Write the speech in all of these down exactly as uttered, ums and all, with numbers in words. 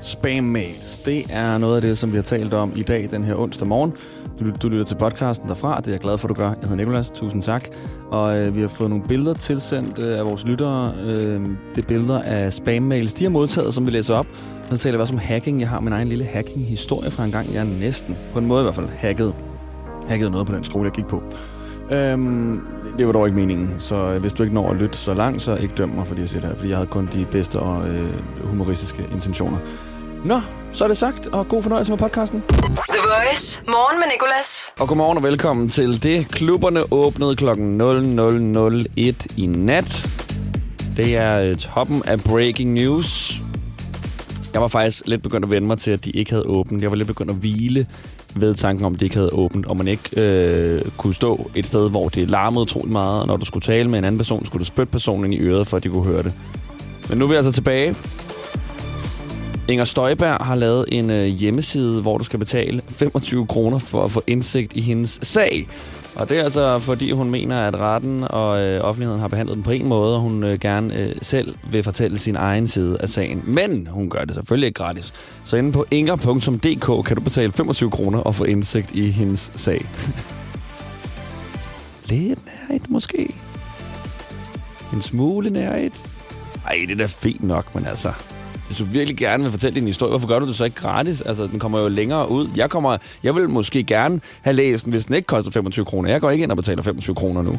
Spam-mails, det er noget af det, som vi har talt om i dag, den her onsdag morgen. Du, du lytter til podcasten derfra, det er jeg glad for, du gør. Jeg hedder Nicolas, tusind tak. Og øh, vi har fået nogle billeder tilsendt øh, af vores lyttere. Øh, det er billeder af spam-mails, de har modtaget, som vi læser op. Så taler jeg også om hacking. Jeg har min egen lille hacking-historie fra en gang, jeg næsten, på en måde i hvert fald, hacket, hacket noget på den skole, jeg gik på. Øhm, det var dog ikke meningen, så hvis du ikke når at lytte så langt, så ikke døm mig for det, jeg siger det her, fordi jeg havde kun de bedste og øh, humoristiske intentioner. Nå, så er det sagt, og god fornøjelse med podcasten. The Voice. Morgen med Nicolas. Og godmorgen og velkommen til det. Klubberne åbnede klokken nul nul nul et i nat. Det er toppen af breaking news. Jeg var faktisk lidt begyndt at vende mig til, at de ikke havde åbent. Jeg var lidt begyndt at hvile ved tanken om, at de ikke havde åbent, og man ikke øh, kunne stå et sted, hvor det larmede utroligt meget, og når du skulle tale med en anden person, skulle du spytte personen i øret, for at de kunne høre det. Men nu er vi altså tilbage. Inger Støjberg har lavet en øh, hjemmeside, hvor du skal betale femogtyve kroner for at få indsigt i hendes sag. Og det er altså, fordi hun mener, at retten og øh, offentligheden har behandlet den på en måde, og hun øh, gerne øh, selv vil fortælle sin egen side af sagen. Men hun gør det selvfølgelig ikke gratis. Så inde på inger punktum d k kan du betale femogtyve kroner og få indsigt i hendes sag. Lidt nærigt måske. En smule nærigt. Ej, det er da fint nok, men altså... Hvis du virkelig gerne vil fortælle din historie, hvorfor gør du det så ikke gratis? Altså, den kommer jo længere ud. Jeg kommer, jeg vil måske gerne have læst den, hvis den ikke koster femogtyve kroner. Jeg går ikke ind og betaler femogtyve kroner nu.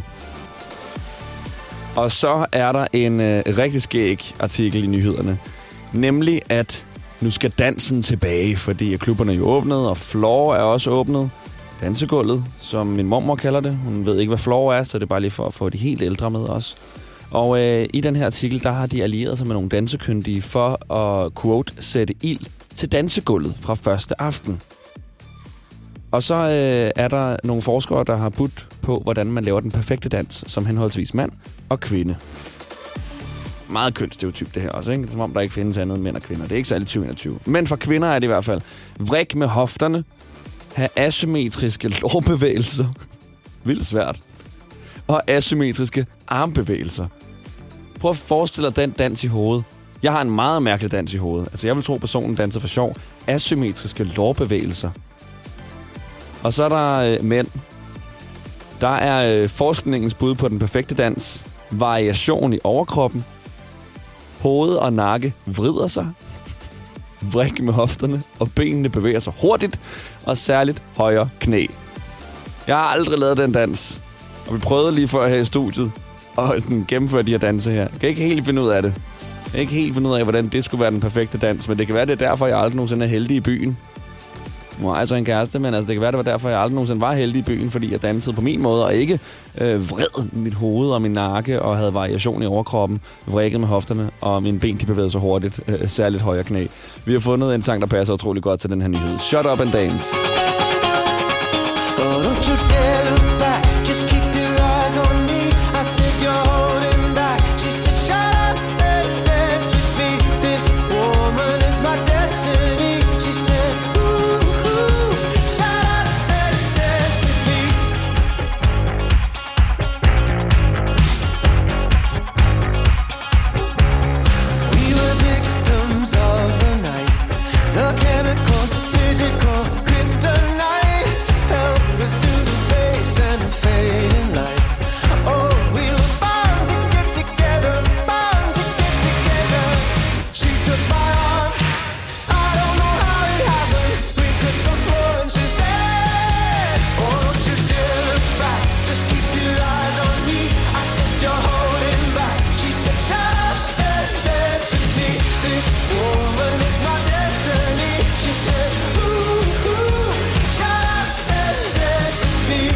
Og så er der en øh, rigtig skæg artikel i nyhederne. Nemlig, at nu skal dansen tilbage, fordi klubberne er jo åbnet, og floor er også åbnet. Dansegulvet, som min mormor kalder det. Hun ved ikke, hvad floor er, så det er bare lige for at få de helt ældre med også. Og øh, i den her artikel, der har de allieret sig med nogle dansekyndige for at, quote, sætte ild til dansegulvet fra første aften. Og så øh, er der nogle forskere, der har budt på, hvordan man laver den perfekte dans, som henholdsvis mand og kvinde. Meget kønsstereotyp det her også, ikke? Som om der ikke findes andet end mænd og kvinder. Det er ikke særlig tyve enogtyve. Men for kvinder er det i hvert fald vrik med hofterne, have asymmetriske lårbevægelser. Vildt svært. Og asymmetriske armbevægelser. Prøv at forestille dig den dans i hovedet. Jeg har en meget mærkelig dans i hovedet. Altså, jeg vil tro, personen danser for sjov. Asymmetriske lårbevægelser. Og så er der øh, mænd. Der er øh, forskningens bud på den perfekte dans. Variation i overkroppen. Hoved og nakke vrider sig. Vrik med hofterne. Og benene bevæger sig hurtigt. Og særligt højre knæ. Jeg har aldrig lavet den dans. Og vi prøvede lige før her i studiet at gennemføre de her danse her. Jeg kan ikke helt finde ud af det. Jeg kan ikke helt finde ud af, hvordan det skulle være den perfekte dans. Men det kan være, det er derfor, jeg aldrig nogensinde er heldig i byen. Nu har jeg så en kæreste, men altså, det kan være, det var derfor, jeg aldrig nogensinde var heldig i byen, fordi jeg dansede på min måde, og ikke øh, vred mit hoved og min nakke, og havde variation i overkroppen, vrikket med hofterne, og mine ben, de bevægede så hurtigt, øh, særligt højre knæ. Vi har fundet en sang, der passer utrolig godt til den her nyhed. Shut up and dance. Oh, don't you dare look back, just keep your eyes on me. I said you're holding back. She said shut up and dance with me. This woman is my destiny. She said ooh, ooh, shut up and dance with me. We were victims of the night, the chemical, physical, kryptonite. Help us to the base and the fading light. Oh, we were bound to get together, bound to get together. She took my arm, I don't know how it happened. We took the floor and she said, oh, don't you dare look back, just keep your eyes on me. I said you're holding back. She said shut up and dance with me. This woman is my destiny. She said ooh, ooh, shut up and dance with me.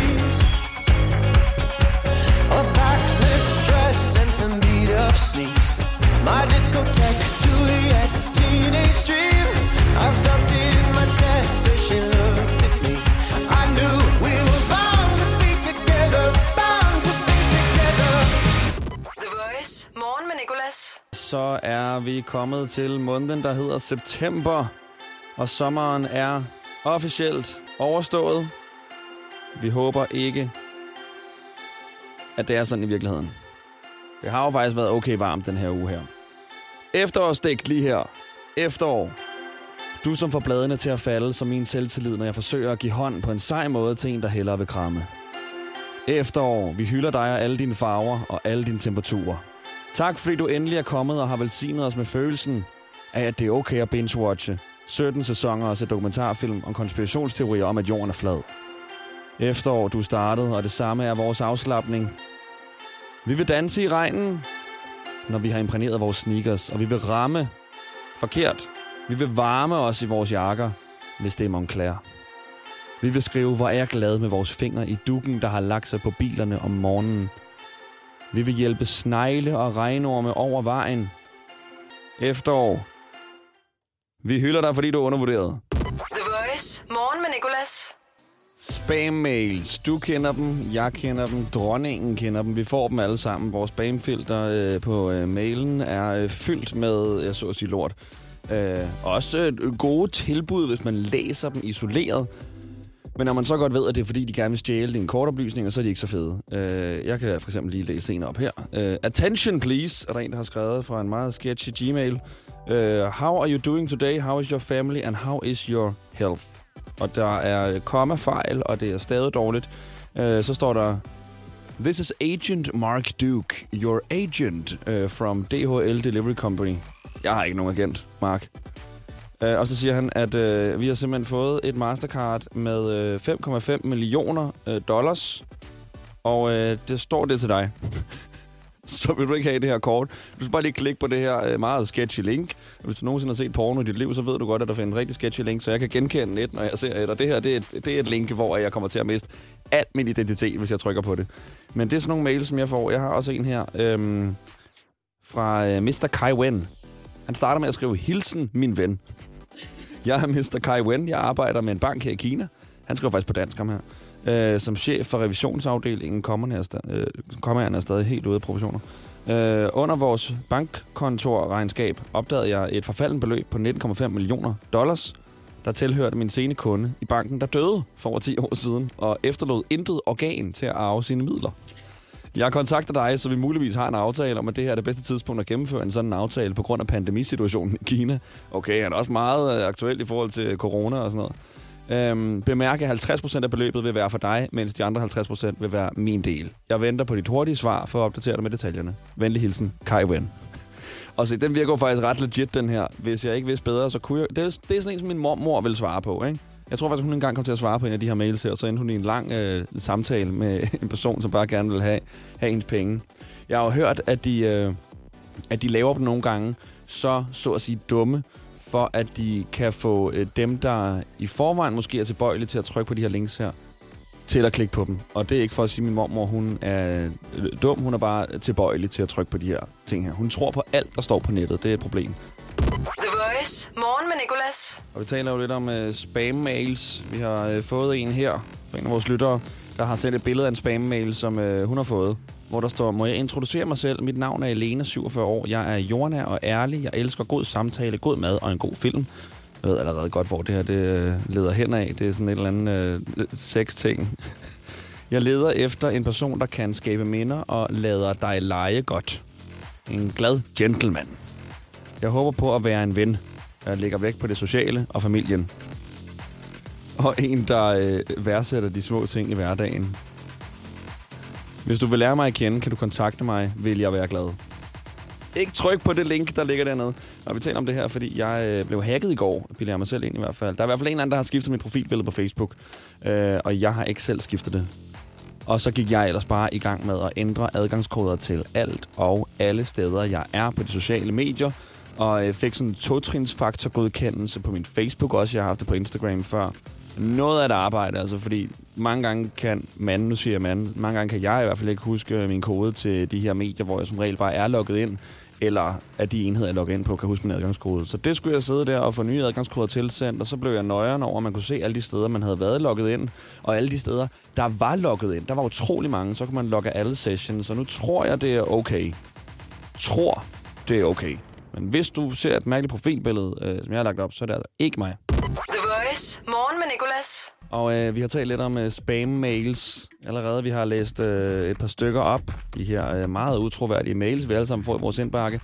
A backless dress and some beat up sneaks. My discotheque, Juliet, teenage dream. I felt it in my chest as she looked at me. I knew we were bound to be together, bound to be together. The Voice. Morgen med Nicolas. Så er vi kommet til måneden, der hedder september. Og sommeren er officielt overstået. Vi håber ikke, at det er sådan i virkeligheden. Det har jo faktisk været okay varmt den her uge her. Efterårsdæk lige her. Efterår. Du som får bladene til at falde som min selvtillid, når jeg forsøger at give hånd på en sej måde til en, der hellere vil kramme. Efterår, vi hylder dig og alle dine farver og alle dine temperaturer. Tak fordi du endelig er kommet og har velsignet os med følelsen af, at det er okay at binge-watche sytten sæsoner og se dokumentarfilm om konspirationsteorier om, at jorden er flad. Efterår, du startede, og det samme er vores afslapning. Vi vil danse i regnen, når vi har imprægneret vores sneakers, og vi vil ramme forkert. Vi vil varme os i vores jakker, hvis det er Moncler. Vi vil skrive, hvor er jeg glad med vores fingre i dukken, der har lagt sig på bilerne om morgenen. Vi vil hjælpe snegle og regnorme over vejen. Efterår. Vi hylder dig, fordi du er undervurderet. The Voice. Morgen med Nicolas. Spam-mails. Du kender dem, jeg kender dem, dronningen kender dem. Vi får dem alle sammen. Vores spamfilter øh, på øh, mailen er øh, fyldt med, jeg så at sige, lort. Øh, også øh, gode tilbud, hvis man læser dem isoleret. Men når man så godt ved, at det er fordi, de gerne vil stjæle dine kortoplysninger, så er de ikke så fede. Øh, jeg kan for eksempel lige læse en op her. Øh, Attention please, er der en, der har skrevet fra en meget sketchy Gmail. Øh, how are you doing today? How is your family? And how is your health? Og der er kommafejl, og det er stadig dårligt. Øh, så står der, This is Agent Mark Duke, your agent uh, from D H L Delivery Company. Jeg har ikke nogen agent, Mark. Uh, og så siger han, at uh, vi har simpelthen fået et Mastercard med uh, fem komma fem millioner uh, dollars. Og uh, det står det til dig. Så vil du ikke have det her kort. Du skal bare lige klikke på det her uh, meget sketchy link. Hvis du nogensinde har set porno i dit liv, så ved du godt, at der findes en rigtig sketchy link, så jeg kan genkende et, når jeg ser et. Og det her, det er et, det er et link, hvor jeg kommer til at miste alt min identitet, hvis jeg trykker på det. Men det er sådan nogle mails, som jeg får. Jeg har også en her øhm, fra uh, mister Kai Wen. Han starter med at skrive, hilsen min ven. Jeg er mister Kai Wen. Jeg arbejder med en bank her i Kina. Han skriver faktisk på dansk om her. Øh, som chef for revisionsafdelingen. Kommerne er, sta- øh, er stadig helt ude af proportioner. Øh, under vores bankkontorregnskab opdagede jeg et forfaldent beløb på nitten komma fem millioner dollars, der tilhørte min sene kunde i banken, der døde for over ti år siden, og efterlod intet organ til at arve sine midler. Jeg kontakter dig, så vi muligvis har en aftale om, at det her er det bedste tidspunkt at gennemføre en sådan aftale på grund af pandemisituationen i Kina. Okay, han er også meget aktuelt i forhold til corona og sådan noget. Øhm, bemærk, at halvtreds procent af beløbet vil være for dig, mens de andre halvtreds procent vil være min del. Jeg venter på dit hurtige svar for at opdatere dig med detaljerne. Venlig hilsen, Kai Wen. Og så den virker faktisk ret legit, den her. Hvis jeg ikke vidste bedre, så kunne jeg... Det er, det er sådan en, som min mormor ville svare på, ikke? Jeg tror faktisk, hun engang kom til at svare på en af de her mails her, og så endte hun i en lang øh, samtale med en person, som bare gerne vil have, have ens penge. Jeg har jo hørt, at de, øh, at de laver dem nogle gange så, så at sige, dumme, for at de kan få øh, dem, der i forvejen måske er tilbøjelige til at trykke på de her links her, til at klikke på dem. Og det er ikke for at sige, at min mormor, hun er øh, dum, hun er bare tilbøjelig til at trykke på de her ting her. Hun tror på alt, der står på nettet. Det er et problem. The Voice. Morgen med Nicolas. Og vi taler jo lidt om uh, spam-mails. Vi har uh, fået en her fra en af vores lyttere, der har sendt et billede af en spam-mail, som uh, hun har fået, hvor der står, må jeg introducere mig selv? Mit navn er Elena, syvogfyrre år. Jeg er jordnær og ærlig. Jeg elsker god samtale, god mad og en god film. Jeg ved allerede godt, hvor det her det, uh, leder hen af. Det er sådan et eller andet uh, sex-ting. Jeg leder efter en person, der kan skabe minder og lader dig lege godt. En glad gentleman. Jeg håber på at være en ven, der lægger vægt på det sociale og familien. Og en, der øh, værdsætter de små ting i hverdagen. Hvis du vil lære mig at kende, kan du kontakte mig, vil jeg være glad. Ikke tryk på det link, der ligger dernede. Og vi taler om det her, fordi jeg øh, blev hacket i går. Jeg mig selv ind i hvert fald. Der er i hvert fald en anden, der har skiftet mit profilbillede på Facebook. Øh, og jeg har ikke selv skiftet det. Og så gik jeg ellers bare i gang med at ændre adgangskoder til alt og alle steder, jeg er på de sociale medier. Og jeg fik sådan en to-trinsfaktor-godkendelse på min Facebook også. Jeg har haft det på Instagram før. Noget af det arbejde, altså, fordi mange gange kan man, nu siger jeg man, mange gange kan jeg i hvert fald ikke huske min kode til de her medier, hvor jeg som regel bare er logget ind, eller at de enheder, jeg logger ind på, kan huske min adgangskode. Så det skulle jeg sidde der og få nye adgangskoder tilsendt, og så blev jeg nøjeren over, at man kunne se alle de steder, man havde været logget ind, og alle de steder, der var logget ind. Der var utrolig mange, så kunne man logge alle sessions, så nu tror jeg, det er okay. Tror, det er okay. Men hvis du ser et mærkeligt profilbillede, øh, som jeg har lagt op, så er det altså ikke mig. The Voice. Morgen med Nicolas. Og øh, vi har talt lidt om øh, spam-mails allerede. Vi har læst øh, et par stykker op. De her øh, meget utroværdige mails, vi alle sammen får i vores indbakke.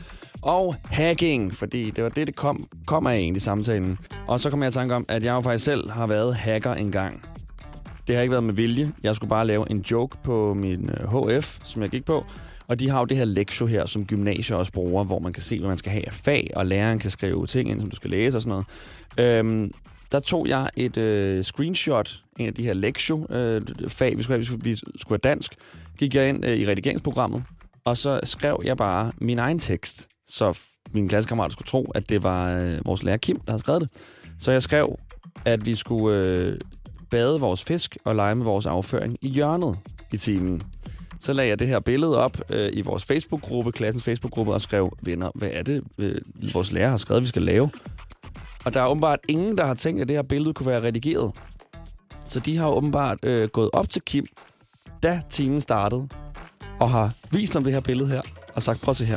og hacking, fordi det var det, det kom, kom af egentlig samtalen. Og så kom jeg i tanke om, at jeg jo faktisk selv har været hacker engang. Det har ikke været med vilje. Jeg skulle bare lave en joke på min H F, som jeg gik på. Og de har jo det her lektio her, som gymnasier også bruger, hvor man kan se, hvad man skal have af fag, og læreren kan skrive ting ind, som du skal læse og sådan noget. Øhm, der tog jeg et øh, screenshot, en af de her lektio-fag, øh, vi skulle have, vi skulle have dansk. Gik jeg ind øh, i redigeringsprogrammet, og så skrev jeg bare min egen tekst, så mine klassekammerater skulle tro, at det var øh, vores lærer Kim, der havde skrevet det. Så jeg skrev, at vi skulle øh, bade vores fisk og lege med vores afføring i hjørnet i timen. Så lagde jeg det her billede op øh, i vores Facebook-gruppe, klassens Facebook-gruppe, og skrev, venner, hvad er det, øh, vores lærer har skrevet, vi skal lave? Og der er åbenbart ingen, der har tænkt, at det her billede kunne være redigeret. Så de har åbenbart øh, gået op til Kim, da timen startede, og har vist ham det her billede her, og sagt, prøv at se her.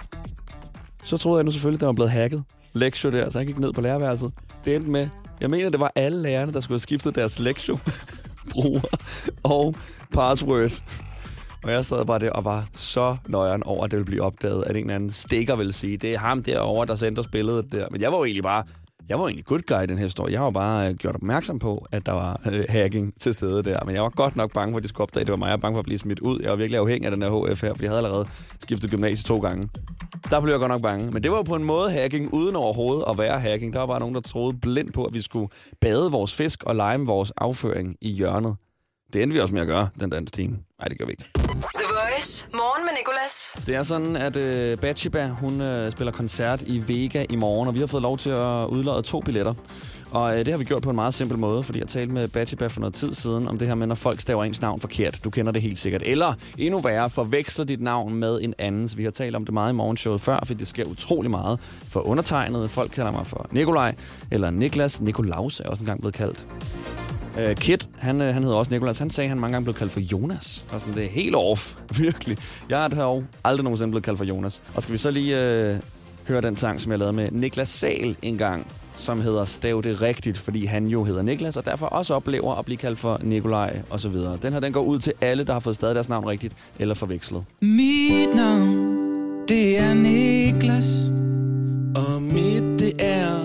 Så troede jeg nu selvfølgelig, at der var blevet hacket. Lektio der, så jeg gik ned på lærerværelset. Det endte med, jeg mener, det var alle lærerne, der skulle have skiftet deres lektio-bruger og password. Og jeg sad bare der og var så nøjeren over, at det ville blive opdaget, at en eller anden stikker ville sige, det er ham derovre, der sendte os billedet der. Men jeg var jo egentlig bare, jeg var egentlig good guy i den her historie. Jeg har jo bare gjort opmærksom på, at der var øh, hacking til stede der. Men jeg var godt nok bange for, at de skulle opdage, at det var mig. Jeg var bange for at blive smidt ud. Jeg var virkelig afhængig af den her H F her, fordi jeg havde allerede skiftet gymnasie to gange. Der blev jeg godt nok bange. Men det var jo på en måde hacking, uden overhovedet at være hacking. Der var bare nogen, der troede blindt på, at vi skulle bade vores fisk og lege med vores afføring i hjørnet. Det endte vi også med at gøre, den danske time. Nej, det gør vi ikke. The Voice. Morgen med Nicolas. Det er sådan, at uh, Batshiba, hun uh, spiller koncert i Vega i morgen, og vi har fået lov til at udlade to billetter. Og uh, det har vi gjort på en meget simpel måde, fordi jeg talte med Batshiba for noget tid siden om det her med, når folk staver ens navn forkert. Du kender det helt sikkert. Eller endnu værre, forveksler dit navn med en anden. Så vi har talt om det meget i morgenshowet før, fordi det sker utrolig meget for undertegnede. Folk kalder mig for Nikolaj, eller Niklas. Nikolaus er også engang blevet kaldt. Uh, Kit, han, uh, han hedder også Nicolas. Han sagde, at han mange gange blev kaldt for Jonas. Og sådan, det er helt off, virkelig. Jeg har jo aldrig nogensinde blevet kaldt for Jonas. Og skal vi så lige uh, høre den sang, som jeg lavede med Niklas Sahl en gang, som hedder Stav det rigtigt, fordi han jo hedder Niklas, og derfor også oplever at blive kaldt for Nikolaj og så videre. Den her, den går ud til alle, der har fået stadig deres navn rigtigt eller forvekslet. Mit navn, det er Niklas, og mit, det er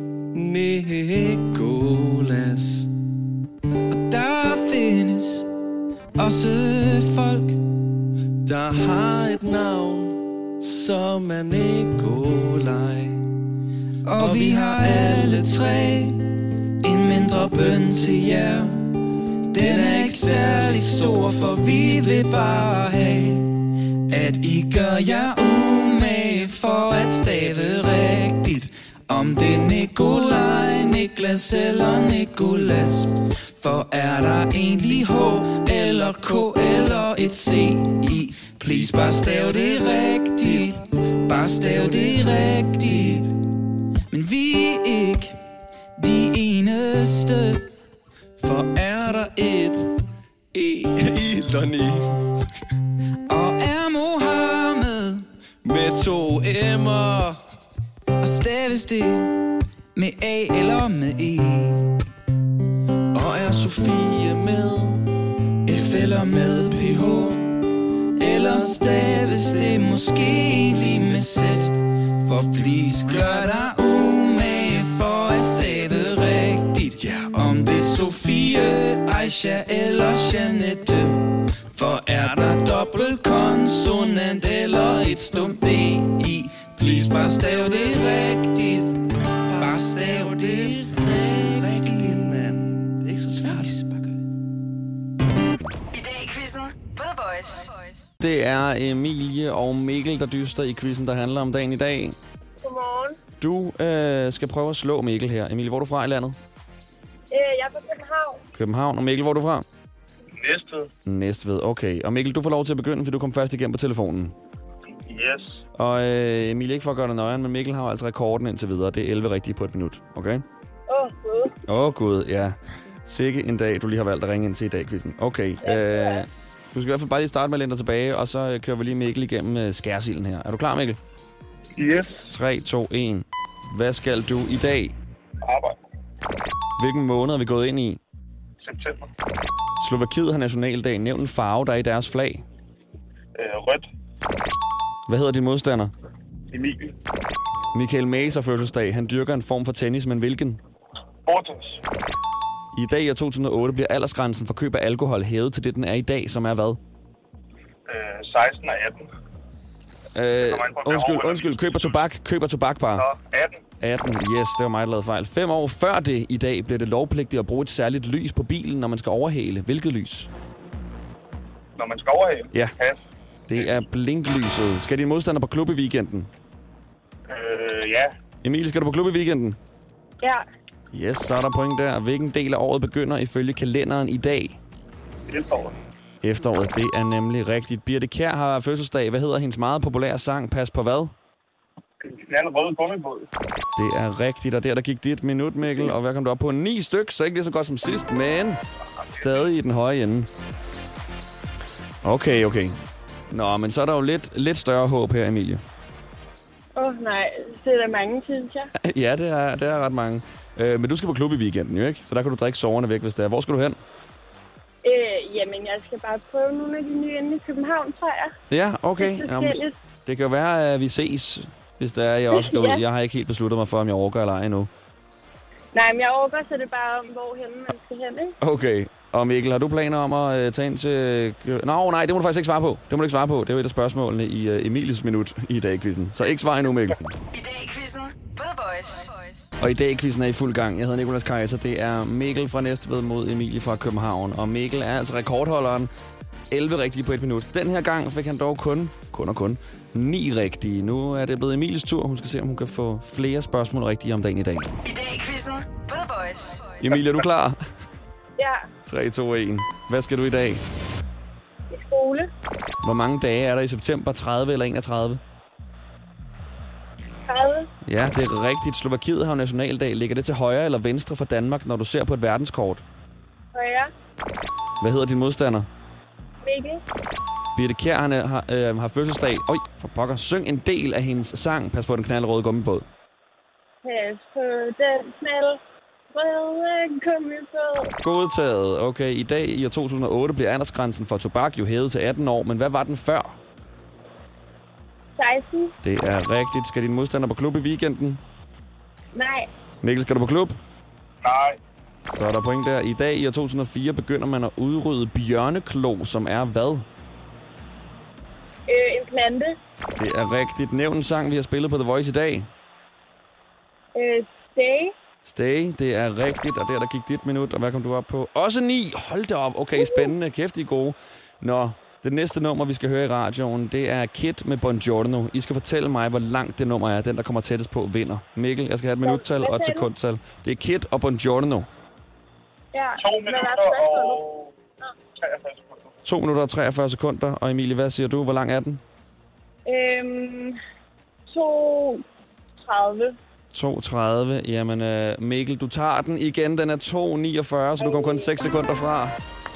Nikolas. Der findes også folk, der har et navn, som er Nikolaj. Og vi har alle tre en mindre bøn til jer. Den er ikke særlig stor, for vi vil bare have, at I gør jer umage for at stave rigtigt. Om det er Nikolaj, Niklas eller Nikolas. For er der egentlig H eller K eller et C i? Please, bare stav det rigtigt. Bare stav det rigtigt. Men vi er ikke de eneste. For er der et E i Lonnie, og er Mohammed med to M'er, og staves det med A eller med E. Og er Sofie med F eller med P H, eller staves det måske egentlig med Z. For please, gør dig umage for at stave rigtigt. Om det er Sofie, Aisha eller Jeanette. For er der dobbelt konsonant eller et stumt D i? Please, bare stav det rigtigt. Bare stav det rigtigt, mand. Det er ikke så svært. I dag i quizzen på The Voice. Det er Emilie og Mikkel, der dyster i quizzen, der handler om dagen i dag. Godmorgen. Du øh, skal prøve at slå Mikkel her. Emilie, hvor er du fra i landet? Øh, jeg er fra København. København. Og Mikkel, hvor er du fra? Næstved. Næstved, okay. Og Mikkel, du får lov til at begynde, fordi du kom først igennem på telefonen. Yes. Og øh, Emilie, ikke for at gøre dig nøjeren, men Mikkel har altså rekorden indtil videre. Det er elleve rigtige på et minut, okay? Åh, oh, gud. Åh, oh, gud, ja. Sikke en dag, du lige har valgt at ringe ind til i dag, quizzen. Okay. Øh, du skal i hvert fald bare lige starte med at læne dig tilbage, og så kører vi lige Mikkel igennem øh, skærsilden her. Er du klar, Mikkel? Yes. tre, to, et. Hvad skal du i dag? Arbejde. Hvilken måned er vi gået ind i? September. Slovakiet har nationaldag. Nævn en farve, der er i deres flag. Øh, rødt. Hvad hedder din modstander? Emil. Michael Mays har fødselsdag. Han dyrker en form for tennis, men hvilken? Bortons. I dag i to tusind og otte bliver aldersgrænsen for køb af alkohol hævet til det, den er i dag, som er hvad? Øh, seksten og atten. Øh, Kommer an på, om det er undskyld, år eller undskyld. vis. Køber tobak. Køber tobak bare. Så atten. atten. Yes, det var mig, der lavede fejl. Fem år før det i dag bliver det lovpligtigt at bruge et særligt lys på bilen, når man skal overhale. Hvilket lys? Når man skal overhale. Ja. Pas. Det er blinklyset. Skal din modstander på klub i weekenden? Øh, ja. Emilie, skal du på klub i weekenden? Ja. Yes, så er der point der. Hvilken del af året begynder ifølge kalenderen i dag? Efteråret. Efteråret, det er nemlig rigtigt. Birte Kjær har fødselsdag. Hvad hedder hendes meget populære sang? Pas på hvad? Den røde gummibåd. Det er rigtigt, og der, der gik dit minut, Mikkel. Og hvad kom du op på? Ni stykker, så ikke lige så godt som sidst, men stadig i den høje ende. Okay, okay. Nå, men så er der jo lidt, lidt større håb her, Emilie. Åh, oh, nej. Det er der mange, synes jeg. Ja, det er, det er ret mange. Øh, men du skal på klub i weekenden, jo ikke? Så der kan du drikke soverne væk, hvis det er. Hvor skal du hen? Øh, jamen, jeg skal bare prøve nogle af de nye inde i København, tror jeg. Ja, okay. Det er Jamen, forskelligt. det kan jo være, at vi ses, hvis det er, jeg også skal ud. Ja. Jeg har ikke helt besluttet mig for, om jeg overgår eller ej endnu. Nej, men jeg overgår, så det er bare om, hvorhen man skal hen, ikke? Okay. Og Mikkel, har du planer om at øh, tage ind til... Nå, nej, det må du faktisk ikke svare på. Det må du ikke svare på. Det er jo et af spørgsmålene i øh, Emilies minut i dag-quizzen. Så ikke svar endnu, Mikkel. I dag i quizzen på The Voice. Og i dag-quizzen er i fuld gang. Jeg hedder Nicolas Kaiser. Det er Mikkel fra Næstved mod Emilie fra København. Og Mikkel er altså rekordholderen. elleve rigtige på et minut. Den her gang fik han dog kun, kun og kun, ni rigtige. Nu er det blevet Emilies tur. Hun skal se, om hun kan få flere spørgsmål rigtige om dagen i dag. I dag i quizzen på The Voice. Emilie, er du klar? Ja, tre, to, et. Hvad skal du i dag? i skole. Hvor mange dage er der i september? tredive eller enogtredive? tredive. Ja, det er rigtigt. Slovakiet har jo nationaldag. Ligger det til højre eller venstre for Danmark, når du ser på et verdenskort? Højre. Hvad hedder din modstander? Mikkel. Birte Kjær han, er- har, øh, har fødselsdag. Oj, for pokker. Syng en del af hendes sang. Pas på den knaldrøde gummibåd. Pas på den knald. Røde gummibåd. Godtaget. Okay, i dag i år to tusind og otte bliver aldersgrænsen for tobak jo hævet til atten år. Men hvad var den før? seksten. Det er rigtigt. Skal din modstander på klub i weekenden? Nej. Mikkel, skal du på klub? Nej. Så er der point der. I dag i år to tusind og fire begynder man at udrydde bjørneklo, som er hvad? Øh, en plante. Det er rigtigt. Nævn en sang, vi har spillet på The Voice i dag. Øh, stay. Stay, det er rigtigt, og der, der gik dit minut, og hvad kom du op på? Også ni! Hold da op! Okay, spændende. Kæft, I er gode. Nå, det næste nummer, vi skal høre i radioen, det er Kid med Buongiorno. I skal fortælle mig, hvor langt det nummer er. Den, der kommer tættest på, vinder. Mikkel, jeg skal have et minuttal og et sekundtal. Det er Kid og Buongiorno. Ja. To Hvad var minutter spørgsmålet? og treogfyrre sekunder. to minutter og treogfyrre sekunder. Og Emilie, hvad siger du? Hvor lang er den? Øhm, to tredive. to tredive. Jamen, øh, Mikkel, du tager den igen. Den er to niogfyrre, så du kom kun seks sekunder fra.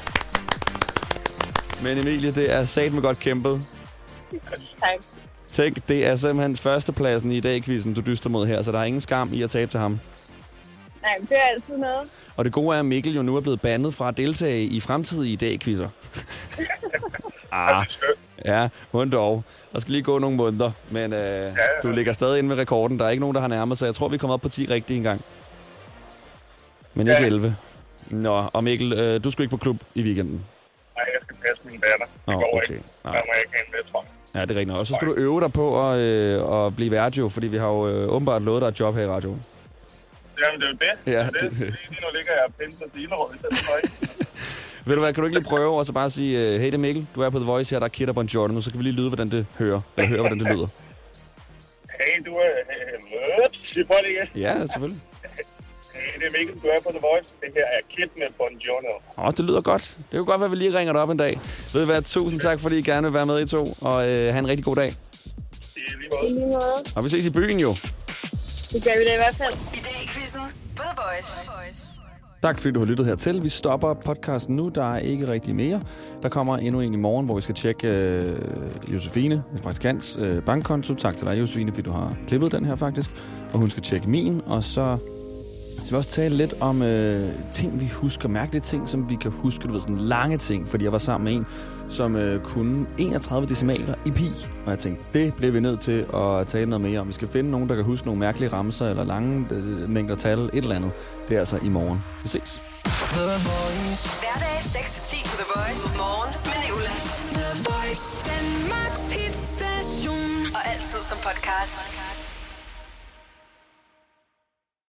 Men Emilie, det er satme godt kæmpet. Tak. Tænk, det er simpelthen førstepladsen i dag-quizzen, du dyster mod her, så der er ingen skam i at tabe til ham. Nej, det er altid noget. Og det gode er, at Mikkel jo nu er blevet bandet fra at deltage i fremtidige dag-quizzer. ah, ja, hun dog. Der skal lige gå nogle måneder, men øh, ja, ja. du ligger stadig inde med rekorden. Der er ikke nogen, der har nærmet sig. Jeg tror, vi kommer op på ti rigtige engang. Men ikke ja. elleve. Nå, og Mikkel, øh, du skal ikke på klub i weekenden? Nej, jeg skal passe min datter. Det Nå, går okay. ikke. Nej. Der må jeg ikke have en med, tror jeg. Ja, det er rigtigt. Og så skal du øve dig på at, øh, at blive vært jo, fordi vi har jo øh, åbenbart lovet dig et job her i radioen. Jamen, det er jo det. Ja, det, det- det. Lige nu ligger jeg og pinser til Ilderød. Det er ikke. Ved du hvad, kan du ikke lige prøve og så bare sige, hey, det er Mikkel, du er på The Voice her, der er Kid og Buongiorno, nu så kan vi lige lyde, hvordan det hører, eller høre, hvordan det lyder. Hey, du er... Hey, ups, jeg prøver det igen. Ja, selvfølgelig. Hey, det er Mikkel, du er på The Voice. Det her er Kid med Buongiorno. Åh, oh, det lyder godt. Det kan godt være, at vi lige ringer dig op en dag. Ved du hvad, tusind tak, fordi I gerne vil være med i to, og øh, have en rigtig god dag. I lige I måde. lige måde. Og vi ses i byen jo. Det gør vi da i hvert fald. I dag i quizzen på The Voice. Tak fordi du har lyttet hertil. Vi stopper podcasten nu. Der er ikke rigtig mere. Der kommer endnu en i morgen, hvor vi skal tjekke øh, Josefine, praktikants øh, bankkonto. Tak til dig, Josefine, fordi du har klippet den her faktisk. Og hun skal tjekke min, og så Så vi vil også tale lidt om øh, ting, vi husker. Mærkelige ting, som vi kan huske. Du ved, sådan lange ting. Fordi jeg var sammen med en, som øh, kunne enogtredive decimaler i pi. Og jeg tænkte, det bliver vi nødt til at tale noget mere om. Vi skal finde nogen, der kan huske nogle mærkelige ramser eller lange øh, mængder tal. Et eller andet. Det er altså i morgen. Vi ses. Hverdag seks til ti på The Voice. Morgen med Nicolas. The Voice, Danmarks hitstation. Og altid som podcast.